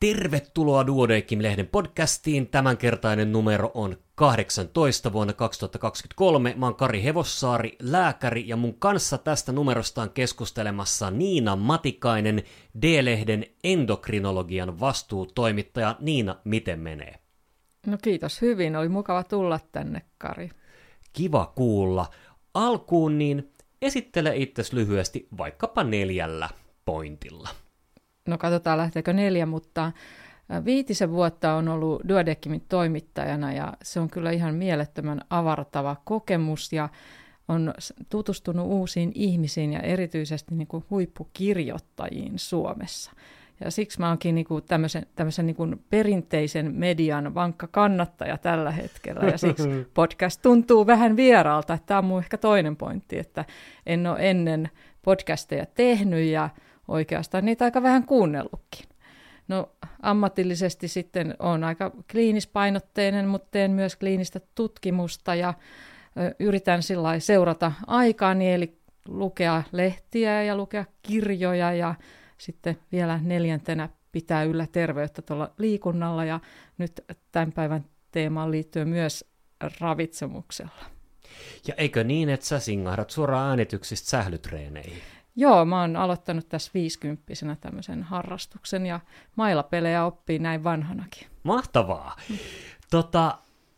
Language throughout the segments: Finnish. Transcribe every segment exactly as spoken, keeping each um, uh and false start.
Tervetuloa Duodeckim-lehden podcastiin. Tämänkertainen numero on kahdeksantoista vuonna kaksituhattakaksikymmentäkolme. Mä oon Kari Hevossaari, lääkäri, ja mun kanssa tästä numerosta on keskustelemassa Niina Matikainen, D-lehden endokrinologian vastuutoimittaja. Niina, miten menee? No kiitos hyvin, oli mukava tulla tänne, Kari. Kiva kuulla. Alkuun niin esittele itsesi lyhyesti vaikkapa neljällä pointilla. No katsotaan lähteekö neljä, mutta viitisen vuotta on ollut Duodeckimin toimittajana ja se on kyllä ihan mielettömän avartava kokemus ja on tutustunut uusiin ihmisiin ja erityisesti niin kuin huippukirjoittajiin Suomessa. Ja siksi mä oonkin niin kuin tämmöisen, tämmöisen niin kuin perinteisen median vankka kannattaja tällä hetkellä. Ja siksi podcast tuntuu vähän vieraalta. Tämä on mun ehkä toinen pointti, että en ole ennen podcasteja tehnyt ja oikeastaan niitä aika vähän kuunnellutkin. No ammatillisesti sitten olen aika kliinispainotteinen, mutta teen myös kliinistä tutkimusta ja ö, yritän sillä seurata aikaani, eli lukea lehtiä ja lukea kirjoja ja sitten vielä neljäntenä pitää yllä terveyttä tuolla liikunnalla ja nyt tämän päivän teemaan liittyen myös ravitsemuksella. Ja eikö niin, että sä singahdat suoraan äänityksistä sählytreeneihin? Joo, mä oon aloittanut tässä viisikymppisenä tämmöisen harrastuksen ja mailapelejä oppii näin vanhanakin. Mahtavaa! Mm. Tota,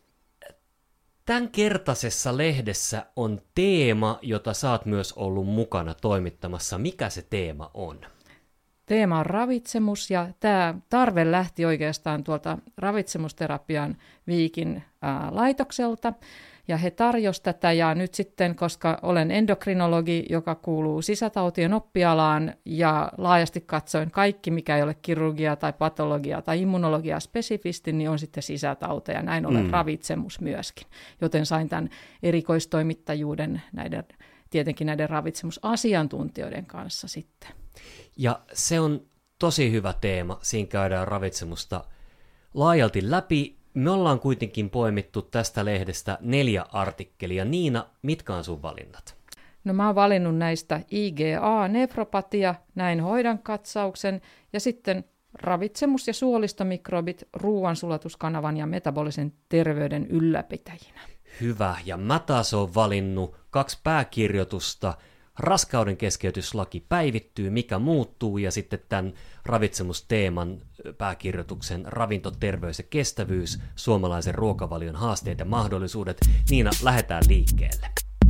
tämän kertaisessa lehdessä on teema, jota sä oot myös ollut mukana toimittamassa. Mikä se teema on? Teema on ravitsemus ja tämä tarve lähti oikeastaan tuolta ravitsemusterapian Viikin ää, laitokselta. Ja he tarjosivat tätä ja nyt sitten, koska olen endokrinologi, joka kuuluu sisätautien oppialaan ja laajasti katsoen kaikki, mikä ei ole kirurgia tai patologia tai immunologia spesifisti, niin on sitten sisätauteja. Näin ollen mm. ravitsemus myöskin. Joten sain tämän erikoistoimittajuuden näiden, tietenkin näiden ravitsemusasiantuntijoiden kanssa sitten. Ja se on tosi hyvä teema. Siinä käydään ravitsemusta laajalti läpi. Me ollaan kuitenkin poimittu tästä lehdestä neljä artikkelia. Niina, mitkä on sun valinnat? No mä oon valinnut näistä I G A-nefropatia, näin hoidan katsauksen, ja sitten ravitsemus- ja suolistomikrobit ruoansulatuskanavan ja metabolisen terveyden ylläpitäjinä. Hyvä, ja mä taas oon valinnut kaksi pääkirjoitusta. Raskauden keskeytyslaki päivittyy, mikä muuttuu, ja sitten tämän ravitsemusteeman pääkirjoituksen ravinto, terveys ja kestävyys, suomalaisen ruokavalion haasteet ja mahdollisuudet. Niina, lähdetään liikkeelle.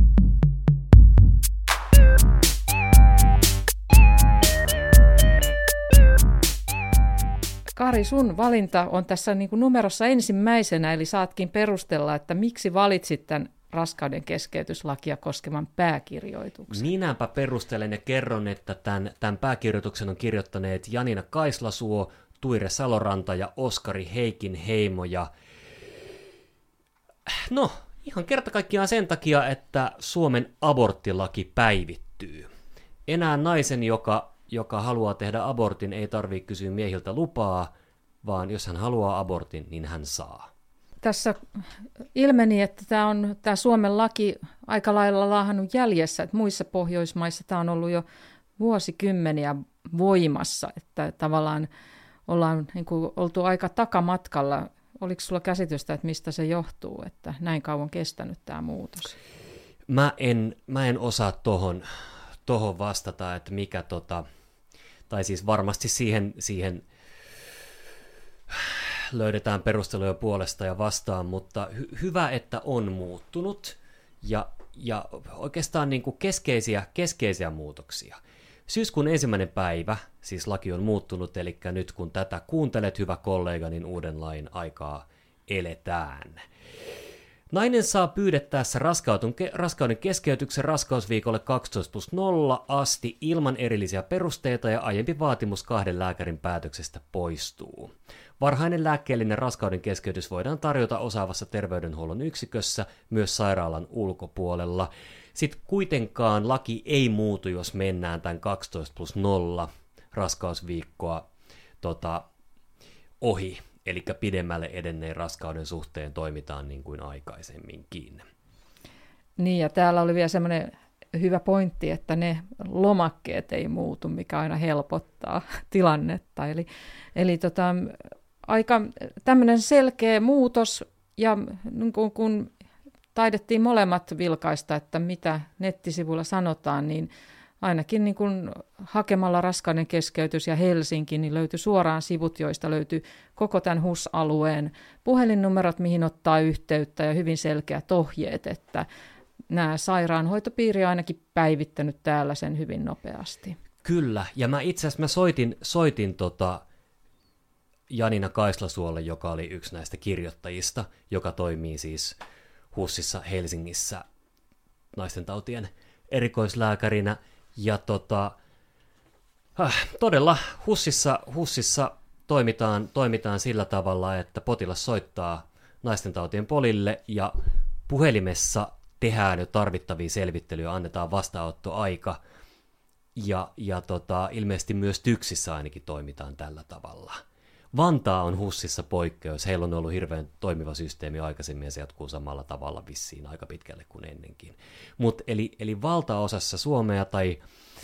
Kari, sun valinta on tässä niin kuin numerossa ensimmäisenä, eli saatkin perustella, että miksi valitsit tämän raskauden keskeytyslakia koskevan pääkirjoituksen. Minäpä perustelen ja kerron, että tämän, tämän pääkirjoituksen on kirjoittaneet Janina Kaislasuo, Tuire Saloranta ja Oskari Heikin Heimo. Ja no, ihan kerta kaikkiaan sen takia, että Suomen aborttilaki päivittyy. Enää naisen, joka, joka haluaa tehdä abortin, ei tarvitse kysyä miehiltä lupaa, vaan jos hän haluaa abortin, niin hän saa. Tässä ilmeni, että tämä on tämä Suomen laki aika lailla laahannut jäljessä, että muissa Pohjoismaissa tämä on ollut jo vuosikymmeniä voimassa, että tavallaan ollaan niin kuin oltu aika takamatkalla. Oliko sulla käsitystä, että mistä se johtuu, että näin kauan kestänyt tämä muutos? Mä en, mä en osaa tohon, tohon vastata, että mikä tota, tai siis varmasti siihen, siihen löydetään perusteluja puolesta ja vastaan, mutta hy- hyvä, että on muuttunut ja, ja oikeastaan niin kuin keskeisiä, keskeisiä muutoksia. Syyskuun ensimmäinen päivä, siis laki on muuttunut, eli nyt kun tätä kuuntelet, hyvä kollega, niin uuden lain aikaa eletään. Nainen saa pyydettäessä raskauden keskeytyksen raskausviikolle kaksitoista plus nolla asti ilman erillisiä perusteita ja aiempi vaatimus kahden lääkärin päätöksestä poistuu. Varhainen lääkkeellinen raskauden keskeytys voidaan tarjota osaavassa terveydenhuollon yksikössä myös sairaalan ulkopuolella. Sitten kuitenkaan laki ei muutu, jos mennään tämän kaksitoista plus nolla raskausviikkoa tota, ohi. Eli pidemmälle edenneen raskauden suhteen toimitaan niin kuin aikaisemminkin. Niin, ja täällä oli vielä semmoinen hyvä pointti, että ne lomakkeet ei muutu, mikä aina helpottaa tilannetta. Eli, eli tota, aika tämmöinen selkeä muutos, ja kun, kun taidettiin molemmat vilkaista, että mitä nettisivuilla sanotaan, niin ainakin niin kun hakemalla raskauden keskeytys ja Helsinki, niin löytyi suoraan sivut, joista löytyi koko tämän H U S-alueen puhelinnumerot, mihin ottaa yhteyttä, ja hyvin selkeät ohjeet, että nämä sairaanhoitopiiri on ainakin päivittänyt täällä sen hyvin nopeasti. Kyllä, ja mä itse asiassa mä soitin, soitin tota Janina Kaislasuolle, joka oli yksi näistä kirjoittajista, joka toimii siis HUSissa Helsingissä naistentautien erikoislääkärinä. Ja tota, äh, todella HUSissa, HUSissa toimitaan, toimitaan sillä tavalla, että potilas soittaa naistentautien polille ja puhelimessa tehdään jo tarvittavia selvittelyjä, annetaan vastaanottoaika. Ja, ja tota, ilmeisesti myös TYKSissä ainakin toimitaan tällä tavalla. Vantaa on HUSissa poikkeus. Heillä on ollut hirveän toimiva systeemi aikaisemmin ja se jatkuu samalla tavalla vissiin aika pitkälle kuin ennenkin. Mut eli, eli valtaosassa Suomea tai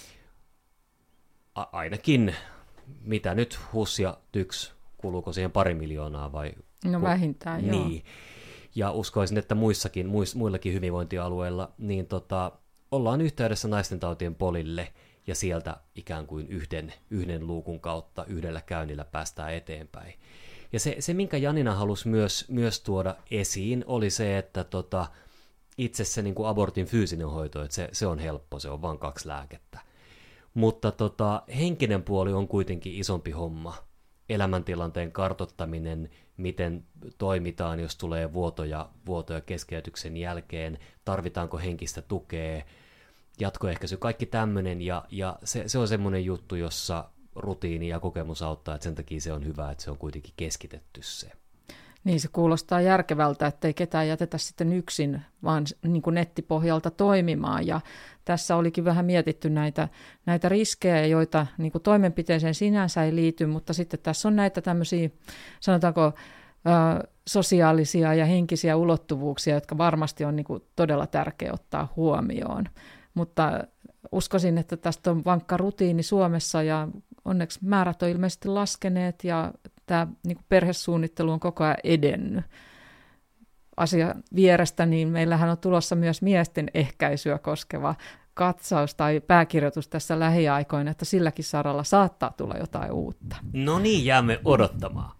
a- ainakin, mitä nyt HUS ja TYKS, kuuluuko siihen pari miljoonaa vai? No vähintään, joo. Niin. Ja uskoisin, että muissakin, muis, muillakin hyvinvointialueilla niin tota, ollaan yhteydessä naistentautien polille ja sieltä ikään kuin yhden, yhden luukun kautta yhdellä käynnillä päästään eteenpäin. Ja se, se minkä Janina halusi myös, myös tuoda esiin, oli se, että tota, itse se niin kuin abortin fyysinen hoito, että se, se on helppo, se on vain kaksi lääkettä. Mutta tota, henkinen puoli on kuitenkin isompi homma. Elämäntilanteen kartoittaminen, miten toimitaan, jos tulee vuotoja, vuotoja keskeytyksen jälkeen, tarvitaanko henkistä tukea, jatkoehkäisy, kaikki tämmöinen, ja, ja se, se on semmoinen juttu, jossa rutiini ja kokemus auttaa, että sen takia se on hyvä, että se on kuitenkin keskitetty se. Niin, se kuulostaa järkevältä, ettei ketään jätetä sitten yksin, vaan niin kuin nettipohjalta toimimaan. Ja tässä olikin vähän mietitty näitä, näitä riskejä, joita niin kuin toimenpiteeseen sinänsä ei liity, mutta sitten tässä on näitä tämmöisiä, sanotaanko, ä, sosiaalisia ja henkisiä ulottuvuuksia, jotka varmasti on niin kuin todella tärkeä ottaa huomioon. Mutta uskoisin, että tästä on vankka rutiini Suomessa ja onneksi määrät on ilmeisesti laskeneet ja tämä niin kuin perhesuunnittelu on koko ajan edennyt. Asia vierestä, niin meillähän on tulossa myös miesten ehkäisyä koskeva katsaus tai pääkirjoitus tässä lähiaikoina, että silläkin saralla saattaa tulla jotain uutta. No niin, jäämme odottamaan.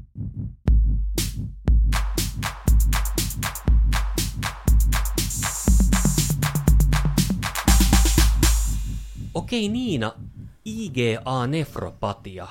Okei Niina, I G A-nefropatia.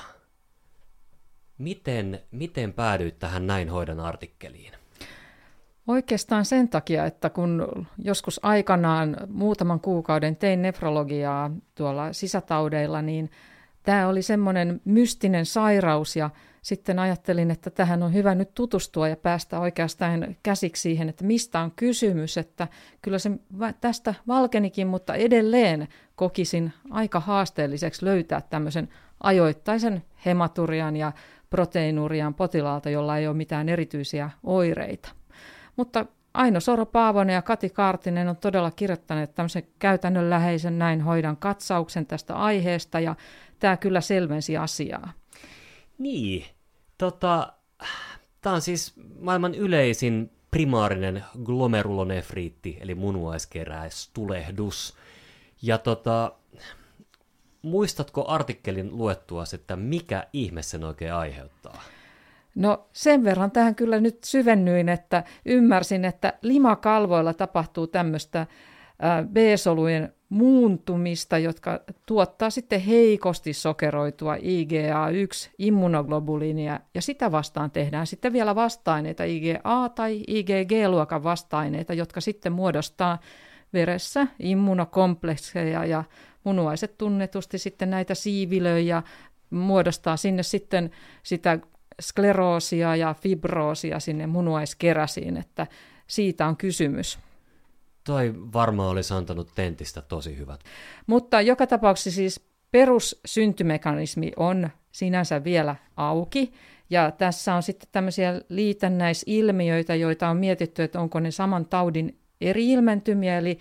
Miten, miten päädyit tähän Näin hoidan artikkeliin? Oikeastaan sen takia, että kun joskus aikanaan muutaman kuukauden tein nefrologiaa tuolla sisätaudeilla, niin tämä oli semmoinen mystinen sairaus ja sitten ajattelin, että tähän on hyvä nyt tutustua ja päästä oikeastaan käsiksi siihen, että mistä on kysymys, että kyllä se tästä valkenikin, mutta edelleen kokisin aika haasteelliseksi löytää tämmöisen ajoittaisen hematurian ja proteiinurian potilaalta, jolla ei ole mitään erityisiä oireita. Mutta Aino Soro-Paavonen ja Kati Kaartinen on todella kirjoittaneet tämmöisen käytännönläheisen Näin hoidan katsauksen tästä aiheesta, ja tämä kyllä selvensi asiaa. Niin, tota, tämä on siis maailman yleisin primaarinen glomerulonefriitti, eli munuaiskeräistulehdus. Ja tota, muistatko artikkelin luettuas, että mikä ihme sen oikein aiheuttaa? No sen verran tähän kyllä nyt syvennyin, että ymmärsin, että limakalvoilla tapahtuu tämmöistä B-solujen muuntumista, jotka tuottaa sitten heikosti sokeroitua I G A yksi immunoglobuliinia, ja sitä vastaan tehdään sitten vielä vasta-aineita, I G A- tai I G G-luokan vasta-aineita, jotka sitten muodostaa veressä immunokomplekseja, ja munuaiset tunnetusti sitten näitä siivilöi ja muodostaa sinne sitten sitä skleroosia ja fibroosia sinne munuaiskeräsiin, että siitä on kysymys. Toi varmaan olisi antanut tentistä tosi hyvät. Mutta joka tapauksessa siis perussyntymekanismi on sinänsä vielä auki, ja tässä on sitten tämmöisiä liitännäisilmiöitä, joita on mietitty, että onko ne saman taudin eri ilmentymiä, eli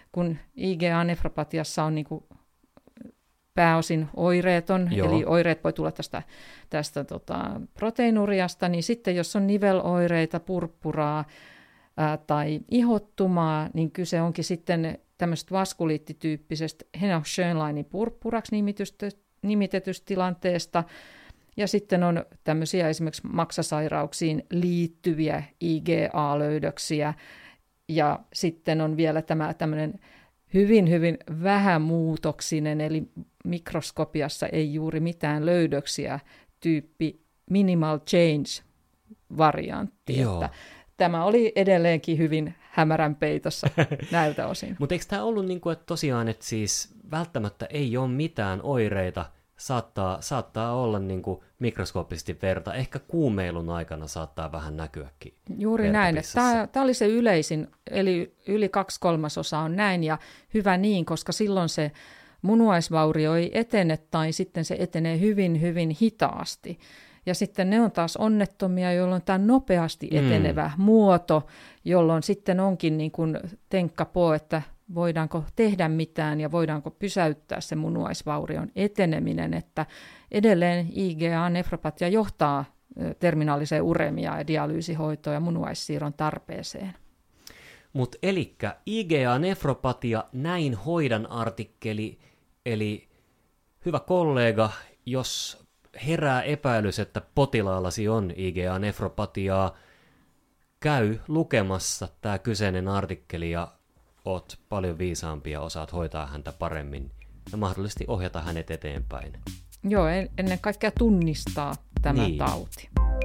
kun I G A-nefropatiassa on niin kuin pääosin oireeton, Joo. eli oireet voi tulla tästä, tästä tota, proteiinuriasta, niin sitten jos on niveloireita, purppuraa ää, tai ihottumaa, niin kyse onkin sitten tämmöisestä vaskuliittityyppisestä Henoch-Schönleinin purppuraksi nimitetystä tilanteesta, ja sitten on tämmöisiä esimerkiksi maksasairauksiin liittyviä I G A-löydöksiä, ja sitten on vielä tämä tämmöinen hyvin, hyvin vähämuutoksinen, eli mikroskopiassa ei juuri mitään löydöksiä, tyyppi minimal change-variantti. Että tämä oli edelleenkin hyvin hämärän peitossa näiltä osin. Mutta eikö tämä ollut niin kuin, että tosiaan, että siis välttämättä ei ole mitään oireita, saattaa, saattaa olla niin kuin mikroskooppisesti verta, ehkä kuumeilun aikana saattaa vähän näkyäkin. Juuri näin, että tämä, tämä oli se yleisin, eli yli kaksi kolmasosaa on näin, ja hyvä niin, koska silloin se munuaisvaurio ei etene, tai sitten se etenee hyvin, hyvin hitaasti. Ja sitten ne on taas onnettomia, jolloin tämä nopeasti etenevä mm. muoto, jolloin sitten onkin niin kuin tenkkapo, että voidaanko tehdä mitään ja voidaanko pysäyttää se munuaisvaurion eteneminen, että edelleen I G A-nefropatia johtaa terminaaliseen uremiaan ja dialyysihoitoon ja munuaissiirron tarpeeseen. Mutta elikkä I G A-nefropatia, näin hoidan artikkeli, eli hyvä kollega, jos herää epäilys, että potilaallasi on I G A-nefropatiaa, käy lukemassa tämä kyseinen artikkeli ja oot paljon viisaampi ja osaat hoitaa häntä paremmin ja mahdollisesti ohjata hänet eteenpäin. Joo, ennen kaikkea tunnistaa tämä niin. tauti.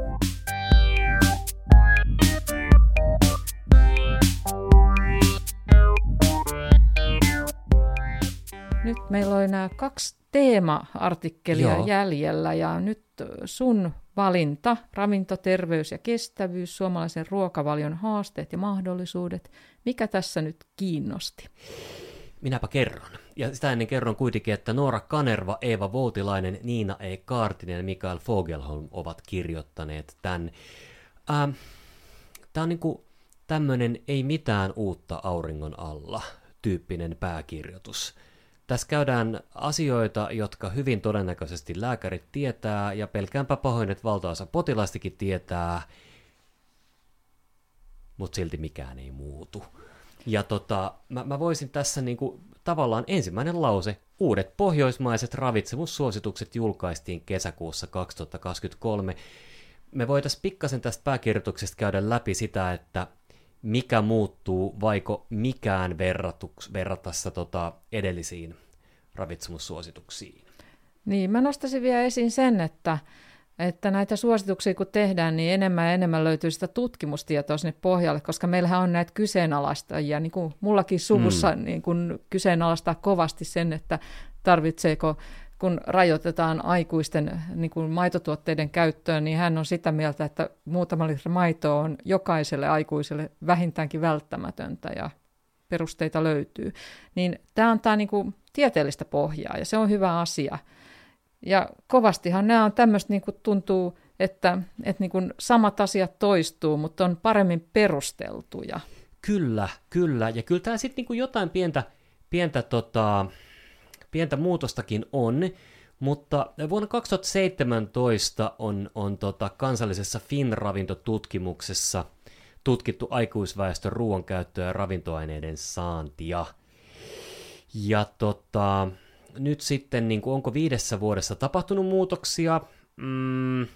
Nyt meillä on nämä kaksi teema-artikkelia Joo. jäljellä ja nyt sun valinta, ravinto, terveys ja kestävyys, suomalaisen ruokavalion haasteet ja mahdollisuudet. Mikä tässä nyt kiinnosti? Minäpä kerron. Ja sitä ennen kerron kuitenkin, että Noora Kanerva, Eeva Voutilainen, Niina E. Kaartinen ja Mikael Fogelholm ovat kirjoittaneet tämän. Ähm, Tämä on niinku tämmöinen ei mitään uutta auringon alla tyyppinen pääkirjoitus. Tässä käydään asioita, jotka hyvin todennäköisesti lääkärit tietää, ja pelkäänpä pahoin, että valtaosa potilaistakin tietää, mutta silti mikään ei muutu. Ja tota, mä, mä voisin tässä niinku, tavallaan ensimmäinen lause, uudet pohjoismaiset ravitsemussuositukset julkaistiin kesäkuussa kaksituhattakaksikymmentäkolme. Me voitaisiin pikkasen tästä pääkirjoituksesta käydä läpi sitä, että mikä muuttuu, vaiko mikään verratuks, verratassa tota edellisiin ravitsemussuosituksiin. Niin, mä nostaisin vielä esiin sen, että, että näitä suosituksia kun tehdään, niin enemmän ja enemmän löytyy sitä tutkimustietoa sinne pohjalle, koska meillähän on näitä kyseenalaistajia, niin kuin mullakin suvussa mm. niin kuin kyseenalaistaa kovasti sen, että tarvitseeko, kun rajoitetaan aikuisten niin kuin maitotuotteiden käyttöön, niin hän on sitä mieltä, että muutama litra maitoa on jokaiselle aikuiselle vähintäänkin välttämätöntä ja perusteita löytyy. Niin tämä antaa niin kuin tieteellistä pohjaa ja se on hyvä asia. Ja kovastihan nämä on tämmöistä, niin kuin tuntuu, että, että niin kuin samat asiat toistuu, mutta on paremmin perusteltuja. Kyllä, kyllä. Ja kyllä tämä sitten niin kuin jotain pientä, pientä tota... Pientä muutostakin on, mutta vuonna kaksituhattaseitsemäntoista on, on tota kansallisessa FinRavinto-tutkimuksessa tutkittu aikuisväestön ruoankäyttöä ja ravintoaineiden saantia. Ja tota, nyt sitten, niin kuin, onko viidessä vuodessa tapahtunut muutoksia? Mm,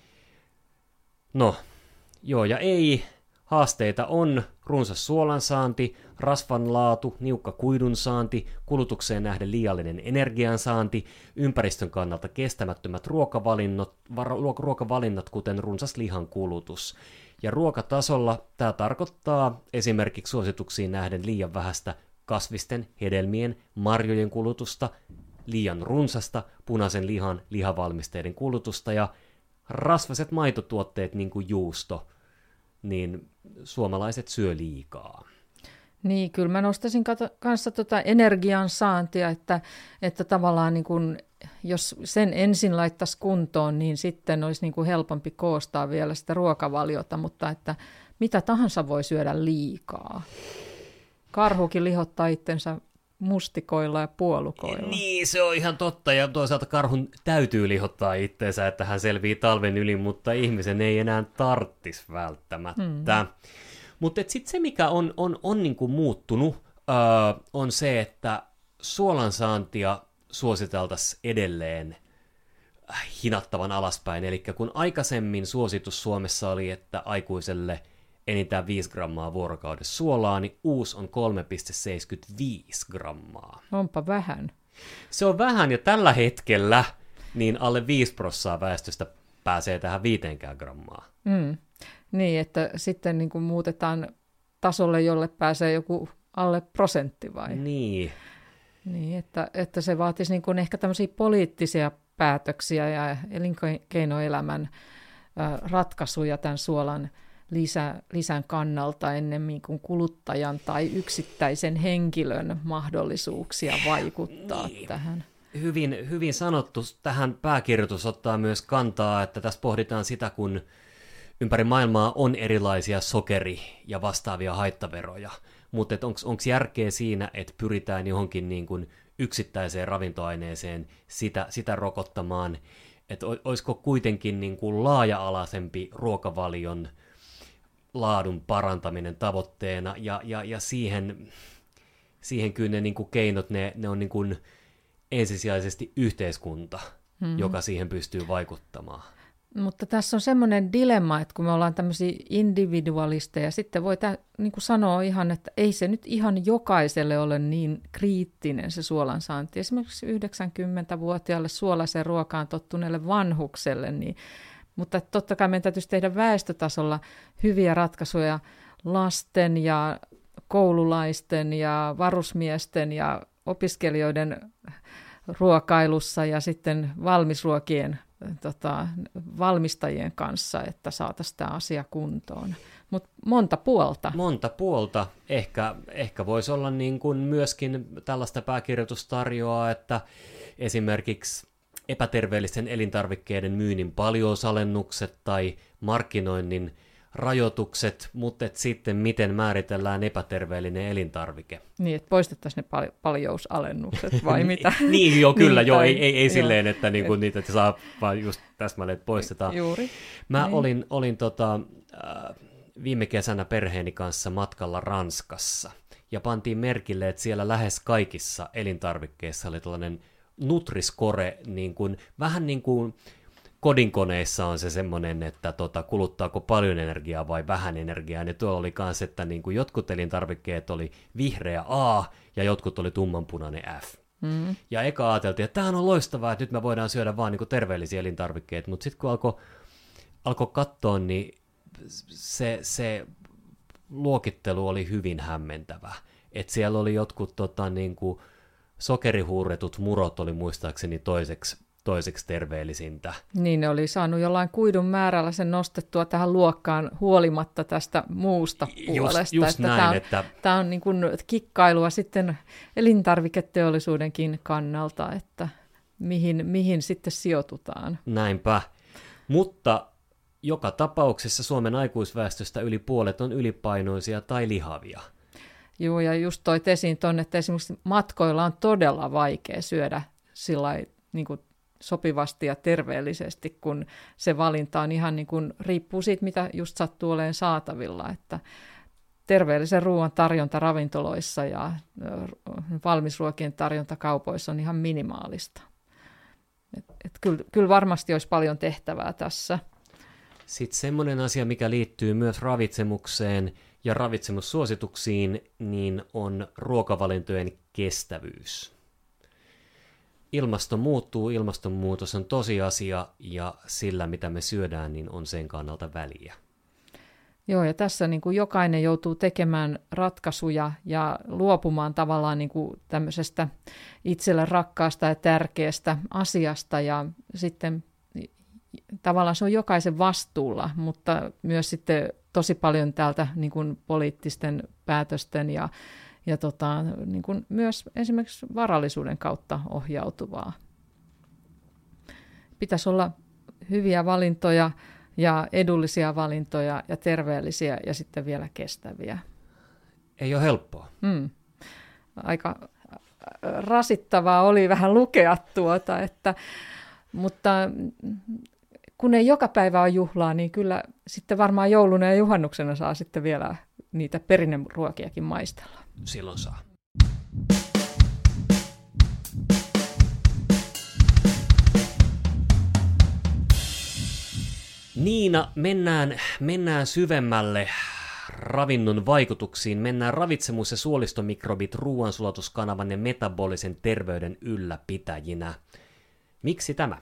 no, joo ja ei. Haasteita on runsas suolansaanti, rasvan laatu, niukka kuidun saanti, kulutukseen nähden liiallinen energiansaanti, ympäristön kannalta kestämättömät ruokavalinnat, ruokavalinnat kuten runsas lihan kulutus. Ja ruokatasolla tämä tarkoittaa esimerkiksi suosituksiin nähden liian vähäistä kasvisten, hedelmien, marjojen kulutusta, liian runsasta punaisen lihan, lihavalmisteiden kulutusta ja rasvaset maitotuotteet niin kuin juusto, niin suomalaiset syö liikaa. Niin, kyllä mä nostaisin kanssa tuota energian saantia, että, että tavallaan niin kun, jos sen ensin laittaisi kuntoon, niin sitten olisi niin kuin helpompi koostaa vielä sitä ruokavaliota, mutta että mitä tahansa voi syödä liikaa. karhukin lihottaa itsensä mustikoilla ja puolukoilla. Niin, se on ihan totta, ja toisaalta karhun täytyy lihottaa itseensä, että hän selvii talven yli, mutta ihmisen ei enää tarttis välttämättä. Hmm. Mutta sitten se, mikä on, on, on niinku muuttunut, öö, on se, että suolansaantia suositeltaisiin edelleen hinattavan alaspäin. Eli kun aikaisemmin suositus Suomessa oli, että aikuiselle enintään viisi grammaa vuorokaudessa suolaa, niin uusi on kolme pilkku seitsemänkymmentäviisi grammaa. Onpa vähän. Se on vähän, ja tällä hetkellä niin alle viisi prosenttia väestöstä pääsee tähän viiteenkään grammaa. Mm. Niin, että sitten niin kuin muutetaan tasolle, jolle pääsee joku alle prosentti vai? Niin. Niin, että, että se vaatisi niin kuin ehkä tämmöisiä poliittisia päätöksiä ja elinkeinoelämän ratkaisuja tämän suolan lisä, lisän kannalta ennemmin kuin kuluttajan tai yksittäisen henkilön mahdollisuuksia vaikuttaa niin. tähän. Hyvin, hyvin sanottu. Tähän pääkirjoitus ottaa myös kantaa, että tässä pohditaan sitä, kun ympäri maailmaa on erilaisia sokeri- ja vastaavia haittaveroja, mutta onko järkeä siinä, että pyritään johonkin niin kuin yksittäiseen ravintoaineeseen sitä, sitä rokottamaan, että olisiko kuitenkin niin kuin laaja-alaisempi ruokavalion laadun parantaminen tavoitteena, ja, ja, ja siihen, siihen kyllä ne niin kuin keinot, ne, ne on niin kuin ensisijaisesti yhteiskunta, mm-hmm. joka siihen pystyy vaikuttamaan. Mutta tässä on semmoinen dilemma, että kun me ollaan tämmöisiä individualisteja, sitten voi tämän, niin kuin sanoa ihan, että ei se nyt ihan jokaiselle ole niin kriittinen se suolansaanti. Esimerkiksi yhdeksänkymmentävuotiaalle suolaiseen ruokaan tottuneelle vanhukselle, niin, mutta totta kai meidän täytyisi tehdä väestötasolla hyviä ratkaisuja lasten ja koululaisten ja varusmiesten ja opiskelijoiden ruokailussa ja sitten valmisruokien Tota, valmistajien kanssa, että saataisiin tämä asia kuntoon. Mutta monta puolta. Monta puolta. Ehkä, ehkä voisi olla niin kuin myöskin tällaista pääkirjoitustarjoaa, että esimerkiksi epäterveellisten elintarvikkeiden myynnin paljousalennukset tai markkinoinnin rajoitukset, mutta et sitten miten määritellään epäterveellinen elintarvike. Niin, että poistettaisiin ne pal- paljousalennukset vai mitä? Niin, joo, kyllä, niin, joo, tai, ei, ei, ei joo. silleen, että niinku niitä että saa vaan just täsmälleen, että poistetaan. Juuri. Mä niin. olin, olin tota, äh, viime kesänä perheeni kanssa matkalla Ranskassa, ja pantiin merkille, että siellä lähes kaikissa elintarvikkeissa oli tällainen Nutri-score, niin kuin, vähän niin kuin kodinkoneissa on se semmoinen, että tota, kuluttaako paljon energiaa vai vähän energiaa, ja tuolla oli myös, että niin kuin jotkut elintarvikkeet oli vihreä A, ja jotkut oli tummanpunainen F. Mm. Ja eka ajateltiin, että tämähän on loistavaa, että nyt me voidaan syödä vaan niin kuin terveellisiä elintarvikkeita, mutta sitten kun alkoi alko katsoa, niin se, se luokittelu oli hyvin hämmentävä. Että siellä oli jotkut tota, niin kuin sokerihuuretut murot oli muistaakseni toiseksi toiseksi terveellisintä. Niin, ne oli saanut jollain kuidun määrällä sen nostettua tähän luokkaan huolimatta tästä muusta puolesta. Just, just että näin, tämä on, että tämä on niin kuin kikkailua sitten elintarviketeollisuudenkin kannalta, että mihin, mihin sitten sijoitutaan. Näinpä, mutta joka tapauksessa Suomen aikuisväestöstä yli puolet on ylipainoisia tai lihavia. Joo, ja just toit esiin tuonne, että esimerkiksi matkoilla on todella vaikea syödä sillai, niin kuin sopivasti ja terveellisesti, kun se valinta on ihan niin kuin, riippuu siitä, mitä just sattuu olemaan saatavilla, että terveellisen ruoan tarjonta ravintoloissa ja valmisruokien tarjonta kaupoissa on ihan minimaalista. Et, et kyllä, kyllä varmasti olisi paljon tehtävää tässä. Sitten semmoinen asia, mikä liittyy myös ravitsemukseen ja ravitsemussuosituksiin, niin on ruokavalintojen kestävyys. Ilmasto muuttuu, ilmastonmuutos on tosiasia, ja sillä, mitä me syödään, niin on sen kannalta väliä. Joo, ja tässä niin kuin jokainen joutuu tekemään ratkaisuja ja luopumaan tavallaan niin kuin tämmöisestä itselle rakkaasta ja tärkeästä asiasta, ja sitten tavallaan se on jokaisen vastuulla, mutta myös sitten tosi paljon täältä niin kuin poliittisten päätösten ja ja tota, niin kuin myös esimerkiksi varallisuuden kautta ohjautuvaa. Pitäisi olla hyviä valintoja ja edullisia valintoja ja terveellisiä ja sitten vielä kestäviä. Ei ole helppoa. Mm. Aika rasittavaa oli vähän lukea tuota, että, mutta kun ei joka päivä ole juhlaa, niin kyllä sitten varmaan jouluna ja juhannuksena saa sitten vielä niitä perinneruokiakin maistella. Silloin saa. Niina, mennään, mennään syvemmälle ravinnon vaikutuksiin. Mennään ravitsemus- ja suolistomikrobit ruoansulatuskanavan ja metabolisen terveyden ylläpitäjinä. Miksi tämä?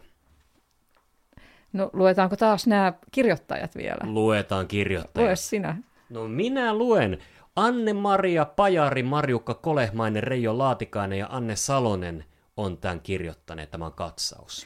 No luetaanko taas nämä kirjoittajat vielä? Luetaan kirjoittajat. Lue sinä. No minä luen. Anne-Maria Pajari, Marjukka Kolehmainen, Reijo Laatikainen ja Anne Salonen on tämän kirjoittaneet, tämän katsaus.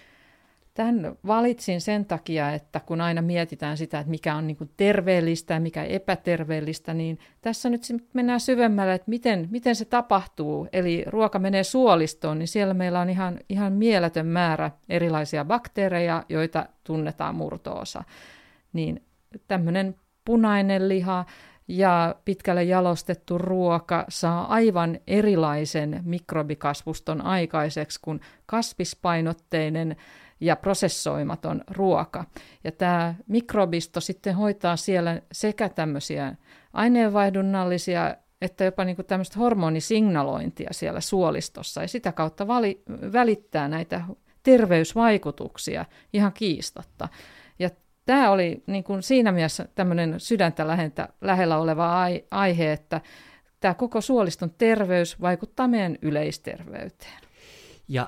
Tämän valitsin sen takia, että kun aina mietitään sitä, että mikä on niin kuin terveellistä ja mikä epäterveellistä, niin tässä nyt mennään syvemmälle, että miten, miten se tapahtuu. Eli ruoka menee suolistoon, niin siellä meillä on ihan, ihan mieletön määrä erilaisia bakteereja, joita tunnetaan murto-osa. Niin tämmöinen punainen liha ja pitkälle jalostettu ruoka saa aivan erilaisen mikrobikasvuston aikaiseksi kuin kasvispainotteinen ja prosessoimaton ruoka. Ja tämä mikrobisto sitten hoitaa siellä sekä tämmöisiä aineenvaihdunnallisia että jopa niin kuin tämmöistä hormonisignalointia siellä suolistossa, ja sitä kautta vali, välittää näitä terveysvaikutuksia ihan kiistatta. Ja tämä oli niin kuin siinä mielessä tämmöinen sydäntä lähentä, lähellä oleva ai, aihe, että tämä koko suoliston terveys vaikuttaa meidän yleisterveyteen. Ja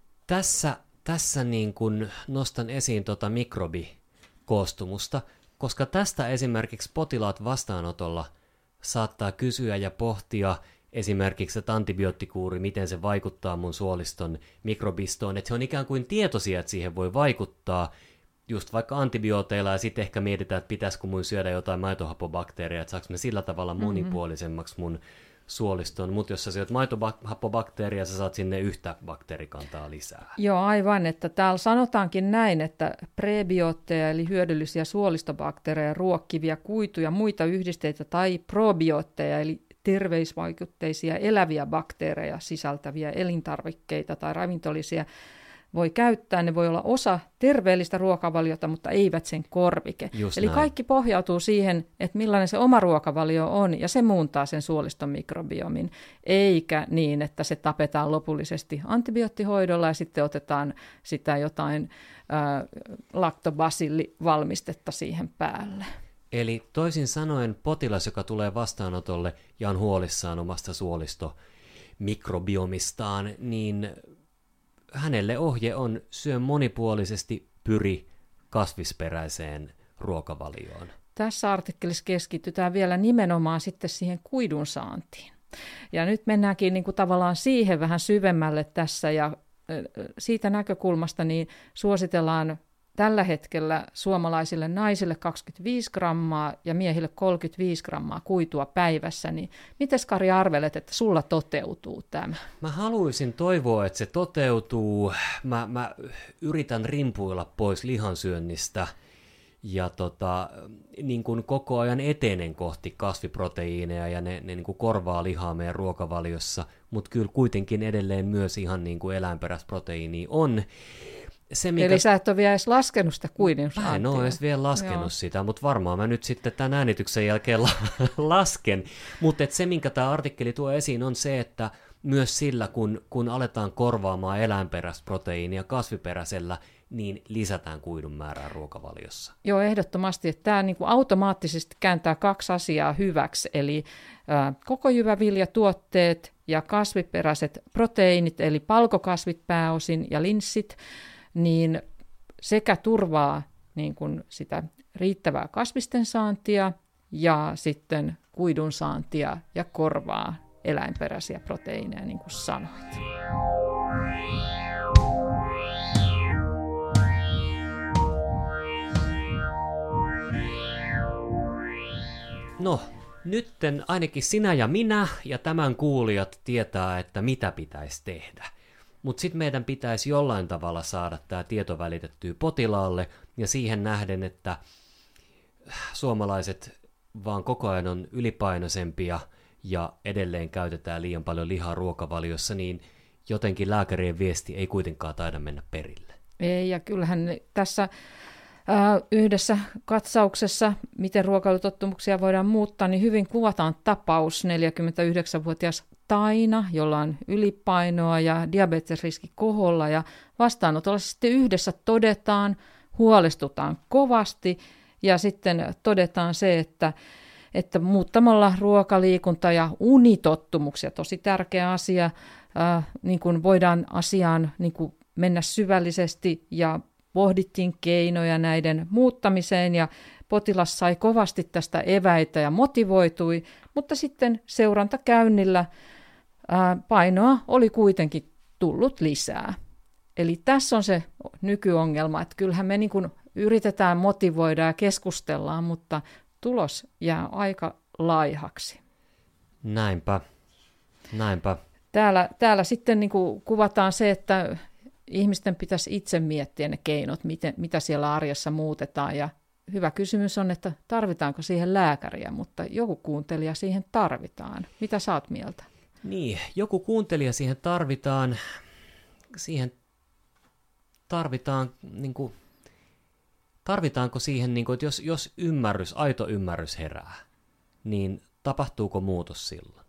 tässä Tässä niin kuin nostan esiin tuota mikrobikoostumusta, koska tästä esimerkiksi potilaat vastaanotolla saattaa kysyä ja pohtia esimerkiksi, että antibioottikuuri, miten se vaikuttaa mun suoliston mikrobistoon, että he on ikään kuin tietoisia, että siihen voi vaikuttaa just vaikka antibiooteilla, ja sitten ehkä mietitään, että pitäisikö mun syödä jotain maitohappobakteeria, että saanko me sillä tavalla monipuolisemmaksi mun suoliston, mutta jos sä syöt maitohappobakteeria, sä saat sinne yhtä bakteerikantaa lisää. Joo, aivan, että täällä sanotaankin näin, että prebiootteja eli hyödyllisiä suolistobakteereja ruokkivia kuituja, muita yhdisteitä tai probiootteja eli terveysvaikutteisia eläviä bakteereja sisältäviä elintarvikkeita tai ravintolisia voi käyttää. Ne voi olla osa terveellistä ruokavaliota, mutta eivät sen korvike. Just Eli näin. kaikki pohjautuu siihen, että millainen se oma ruokavalio on, ja se muuntaa sen suoliston mikrobiomin, eikä niin, että se tapetaan lopullisesti antibioottihoidolla ja sitten otetaan sitä jotain äh, laktobasillivalmistetta siihen päälle. Eli toisin sanoen potilas, joka tulee vastaanotolle ja on huolissaan omasta suolistomikrobiomistaan, niin hänelle ohje on syö monipuolisesti, pyri kasvisperäiseen ruokavalioon. Tässä artikkelissa keskitytään vielä nimenomaan sitten siihen kuidun saantiin. Ja nyt mennäänkin niin kuin tavallaan siihen vähän syvemmälle tässä, ja siitä näkökulmasta niin suositellaan tällä hetkellä suomalaisille naisille kaksikymmentäviisi grammaa ja miehille kolmekymmentäviisi grammaa kuitua päivässä, niin miten Kari arvelet, että sulla toteutuu tämä? Mä haluaisin toivoa, että se toteutuu. Mä, mä yritän rimpuilla pois lihansyönnistä ja tota, niin kuin koko ajan etenen kohti kasviproteiineja ja ne, ne niin kuin korvaa lihaa meidän ruokavaliossa, mutta kyllä kuitenkin edelleen myös ihan niin kuin eläinperäistä proteiinia on. Se, mikä... Eli sä et ole vielä edes laskenut sitä kuidun saantia. Mä en ole edes vielä laskenut Joo. sitä, mutta varmaan mä nyt sitten tämän äänityksen jälkeen la- lasken. Mutta se, minkä tämä artikkeli tuo esiin, on se, että myös sillä, kun, kun aletaan korvaamaan eläinperäistä proteiinia kasviperäisellä, niin lisätään kuidun määrää ruokavaliossa. Joo, ehdottomasti. Että tämä niin kuin automaattisesti kääntää kaksi asiaa hyväksi, eli ä, koko jyväviljatuotteet ja kasviperäiset proteiinit, eli palkokasvit pääosin ja linssit, niin sekä turvaa niin kuin sitä riittävää kasvisten saantia ja sitten kuidun saantia ja korvaa eläinperäisiä proteiineja, niin kuin sanoit. No, nytten ainakin sinä ja minä ja tämän kuulijat tietää, että mitä pitäisi tehdä. Mutta sitten meidän pitäisi jollain tavalla saada tämä tieto välitettyä potilaalle, ja siihen nähden, että suomalaiset vaan koko ajan on ylipainoisempia ja edelleen käytetään liian paljon lihaa ruokavaliossa, niin jotenkin lääkärien viesti ei kuitenkaan taida mennä perille. Ei, ja kyllähän tässä ää, yhdessä katsauksessa, miten ruokailutottumuksia voidaan muuttaa, niin hyvin kuvataan tapaus neljäkymmentäyhdeksänvuotias Taina, jolla on ylipainoa ja diabetesriski koholla, ja vastaanotolla sitten yhdessä todetaan, huolestutaan kovasti, ja sitten todetaan se, että, että muuttamalla ruokaliikunta ja unitottumuksia, tosi tärkeä asia, ää, niin kuin voidaan asiaan niin kuin mennä syvällisesti, ja pohdittiin keinoja näiden muuttamiseen, ja potilas sai kovasti tästä eväitä ja motivoitui, mutta sitten seurantakäynnillä ää, painoa oli kuitenkin tullut lisää. Eli tässä on se nykyongelma, että kyllähän me niin kuin yritetään motivoida ja keskustellaan, mutta tulos jää aika laihaksi. Näinpä, näinpä. Täällä, täällä sitten niin kuin kuvataan se, että ihmisten pitäisi itse miettiä ne keinot, miten, mitä siellä arjessa muutetaan. Ja hyvä kysymys on, että tarvitaanko siihen lääkäriä, mutta joku kuuntelija siihen tarvitaan. Mitä sä oot mieltä? Niin, joku kuuntelija siihen tarvitaan. Siihen tarvitaan, niin kuin, tarvitaanko siihen, niin kuin, että jos, jos ymmärrys, aito ymmärrys herää, niin tapahtuuko muutos silloin?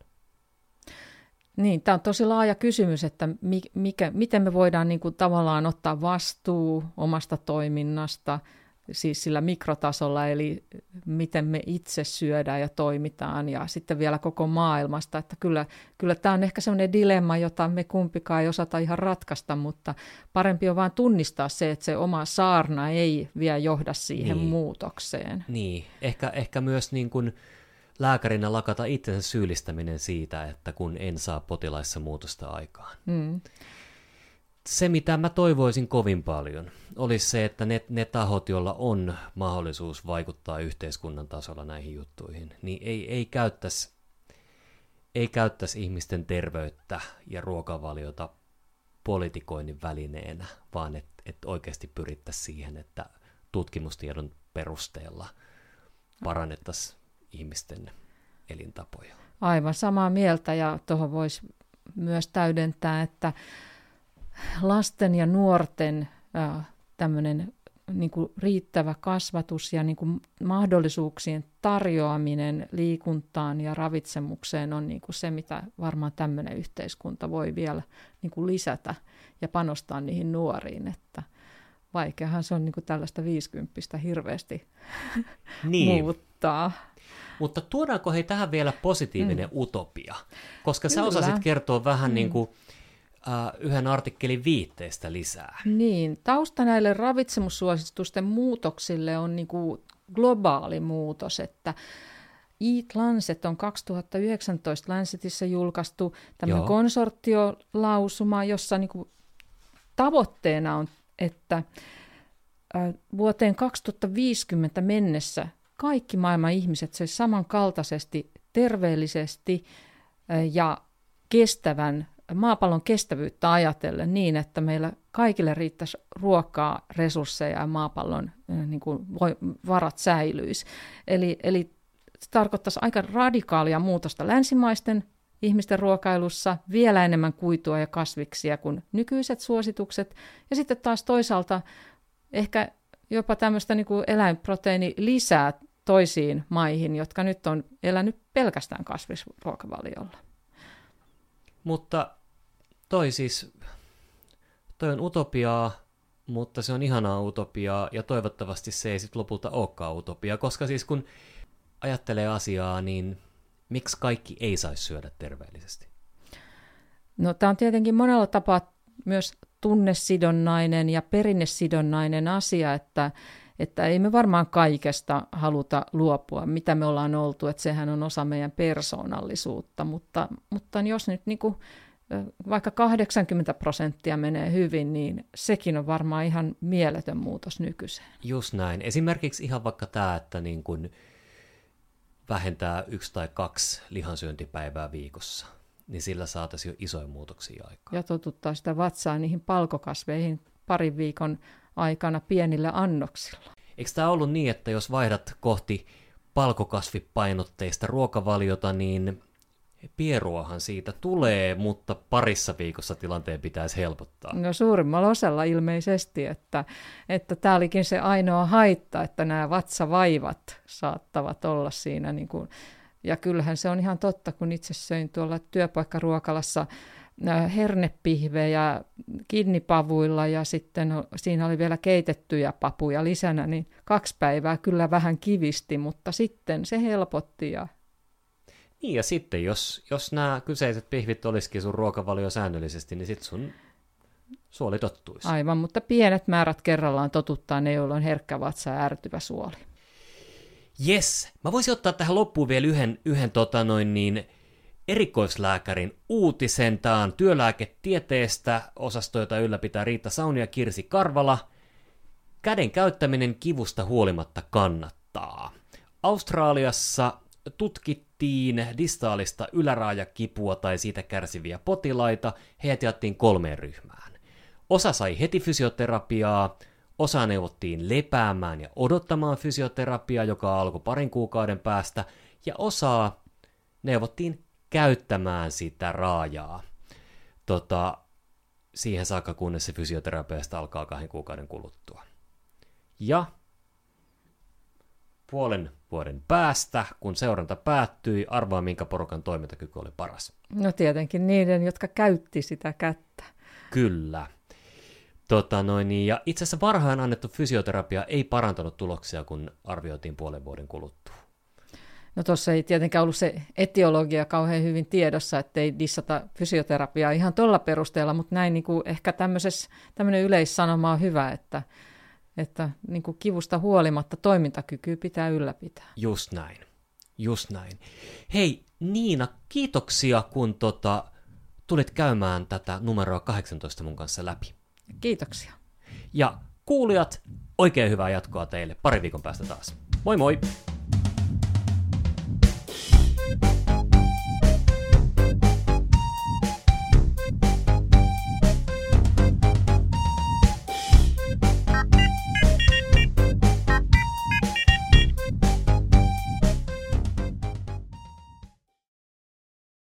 Niin, tämä on tosi laaja kysymys, että mikä, miten me voidaan niin kuin tavallaan ottaa vastuu omasta toiminnasta, siis sillä mikrotasolla, eli miten me itse syödään ja toimitaan, ja sitten vielä koko maailmasta. Että kyllä, kyllä tämä on ehkä sellainen dilemma, jota me kumpikaan ei osata ihan ratkaista, mutta parempi on vaan tunnistaa se, että se oma saarna ei vielä johda siihen niin. muutokseen. Niin, ehkä, ehkä myös niin kuin lääkärinä lakata itsensä syyllistäminen siitä, että kun en saa potilaissa muutosta aikaan. Mm. Se, mitä mä toivoisin kovin paljon, olisi se, että ne, ne tahot, joilla on mahdollisuus vaikuttaa yhteiskunnan tasolla näihin juttuihin, niin ei, ei käyttäisi ei käyttäisi ihmisten terveyttä ja ruokavaliota politikoinnin välineenä, vaan että et oikeasti pyrittäisiin siihen, että tutkimustiedon perusteella parannettaisiin ihmisten elintapoja. Aivan samaa mieltä, ja tuohon voisi myös täydentää, että lasten ja nuorten äh, tämmöinen niin kuin riittävä kasvatus ja niin kuin mahdollisuuksien tarjoaminen liikuntaan ja ravitsemukseen on niin kuin se, mitä varmaan tämmöinen yhteiskunta voi vielä niin kuin lisätä ja panostaa niihin nuoriin, että vaikeahan se on niin kuin tällaista viisikymppistä hirveästi niin muuttaa. Mutta tuodaanko hei tähän vielä positiivinen mm. utopia? Koska sä Kyllä. osasit kertoa vähän mm. niin kuin, uh, yhden artikkelin viitteistä lisää. Niin, tausta näille ravitsemussuositusten muutoksille on niin kuin globaali muutos, että Eat Lancet on kaksituhattayhdeksäntoista Lancetissa julkaistu tämmöinen Joo. konsortiolausuma, jossa niin kuin tavoitteena on, että vuoteen kaksituhattaviisikymmentä mennessä kaikki maailman ihmiset söisivät samankaltaisesti, terveellisesti ja kestävän, maapallon kestävyyttä ajatellen niin, että meillä kaikille riittäisi ruokaa, resursseja ja maapallon niin kuin varat säilyisi. Eli, eli se tarkoittaisi aika radikaalia muutosta länsimaisten ihmisten ruokailussa, vielä enemmän kuitua ja kasviksia kuin nykyiset suositukset. Ja sitten taas toisaalta ehkä jopa tämmöistä niin kuin eläinproteiini lisää toisiin maihin, jotka nyt on elänyt pelkästään kasvisruokavaliolla. Mutta toi siis, toi on utopiaa, mutta se on ihanaa utopiaa, ja toivottavasti se ei sitten lopulta olekaan utopiaa, koska siis kun ajattelee asiaa, niin miksi kaikki ei saisi syödä terveellisesti? No tämä on tietenkin monella tapaa myös tunnesidonnainen ja perinnesidonnainen asia, että, että ei me varmaan kaikesta haluta luopua, mitä me ollaan oltu, että sehän on osa meidän persoonallisuutta, mutta, mutta jos nyt niin kuin vaikka kahdeksankymmentä prosenttia menee hyvin, niin sekin on varmaan ihan mieletön muutos nykyiseen. Just näin. Esimerkiksi ihan vaikka tämä, että niin kuin vähentää yksi tai kaksi lihansyöntipäivää viikossa, niin sillä saataisiin jo isoja muutoksia aikaan. Ja totuttaa sitä vatsaa niihin palkokasveihin parin viikon aikana pienillä annoksilla. Eikö tämä ollut niin, että jos vaihdat kohti palkokasvipainotteista ruokavaliota, niin pieruahan siitä tulee, mutta parissa viikossa tilanteen pitäisi helpottaa. No suurimmalla osalla ilmeisesti, että, että tämä olikin se ainoa haitta, että nämä vatsavaivat saattavat olla siinä. Niin kuin, ja kyllähän se on ihan totta, kun itse söin tuolla työpaikkaruokalassa hernepihvejä kinnipavuilla ja sitten siinä oli vielä keitettyjä papuja lisänä, niin kaksi päivää kyllä vähän kivisti, mutta sitten se helpotti. Ja... Niin ja sitten jos, jos nämä kyseiset pihvit olisikin sun ruokavalio säännöllisesti, niin sitten sun suoli tottuisi. Aivan, mutta pienet määrät kerrallaan totuttaa ne, joilla on herkkä vatsa ja ärtyvä suoli. Jes, mä voisin ottaa tähän loppuun vielä yhden, yhden tota noin niin, erikoislääkärin uutisen. Tämä on työlääketieteestä, osasto, jota ylläpitää Riitta Sauni ja Kirsi Karvala. Käden käyttäminen kivusta huolimatta kannattaa. Australiassa tutkittiin distaalista yläraajakipua tai siitä kärsiviä potilaita. Heidät jaettiin kolmeen ryhmään. Osa sai heti fysioterapiaa, osa neuvottiin lepäämään ja odottamaan fysioterapiaa, joka alkoi parin kuukauden päästä, ja osaa neuvottiin käyttämään sitä raajaa tota, siihen saakka, kunnes se fysioterapiasta alkaa kahden kuukauden kuluttua. Ja puolen vuoden päästä, kun seuranta päättyi, arvaa minkä porukan toimintakyky oli paras. No tietenkin niiden, jotka käytti sitä kättä. Kyllä. Tota noin, ja itse asiassa varhain annettu fysioterapia ei parantanut tuloksia, kun arvioitiin puolen vuoden kuluttua. No tuossa ei tietenkään ollut se etiologia kauhean hyvin tiedossa, ettei dissata fysioterapiaa ihan tuolla perusteella, mutta näin niin kuin ehkä tämmöinen yleissanoma on hyvä, että, että niin kuin kivusta huolimatta toimintakykyä pitää ylläpitää. Just näin, just näin. Hei Niina, kiitoksia kun tota, tulit käymään tätä numeroa kahdeksantoista mun kanssa läpi. Kiitoksia. Ja kuulijat, oikein hyvää jatkoa teille pari viikon päästä taas. Moi moi!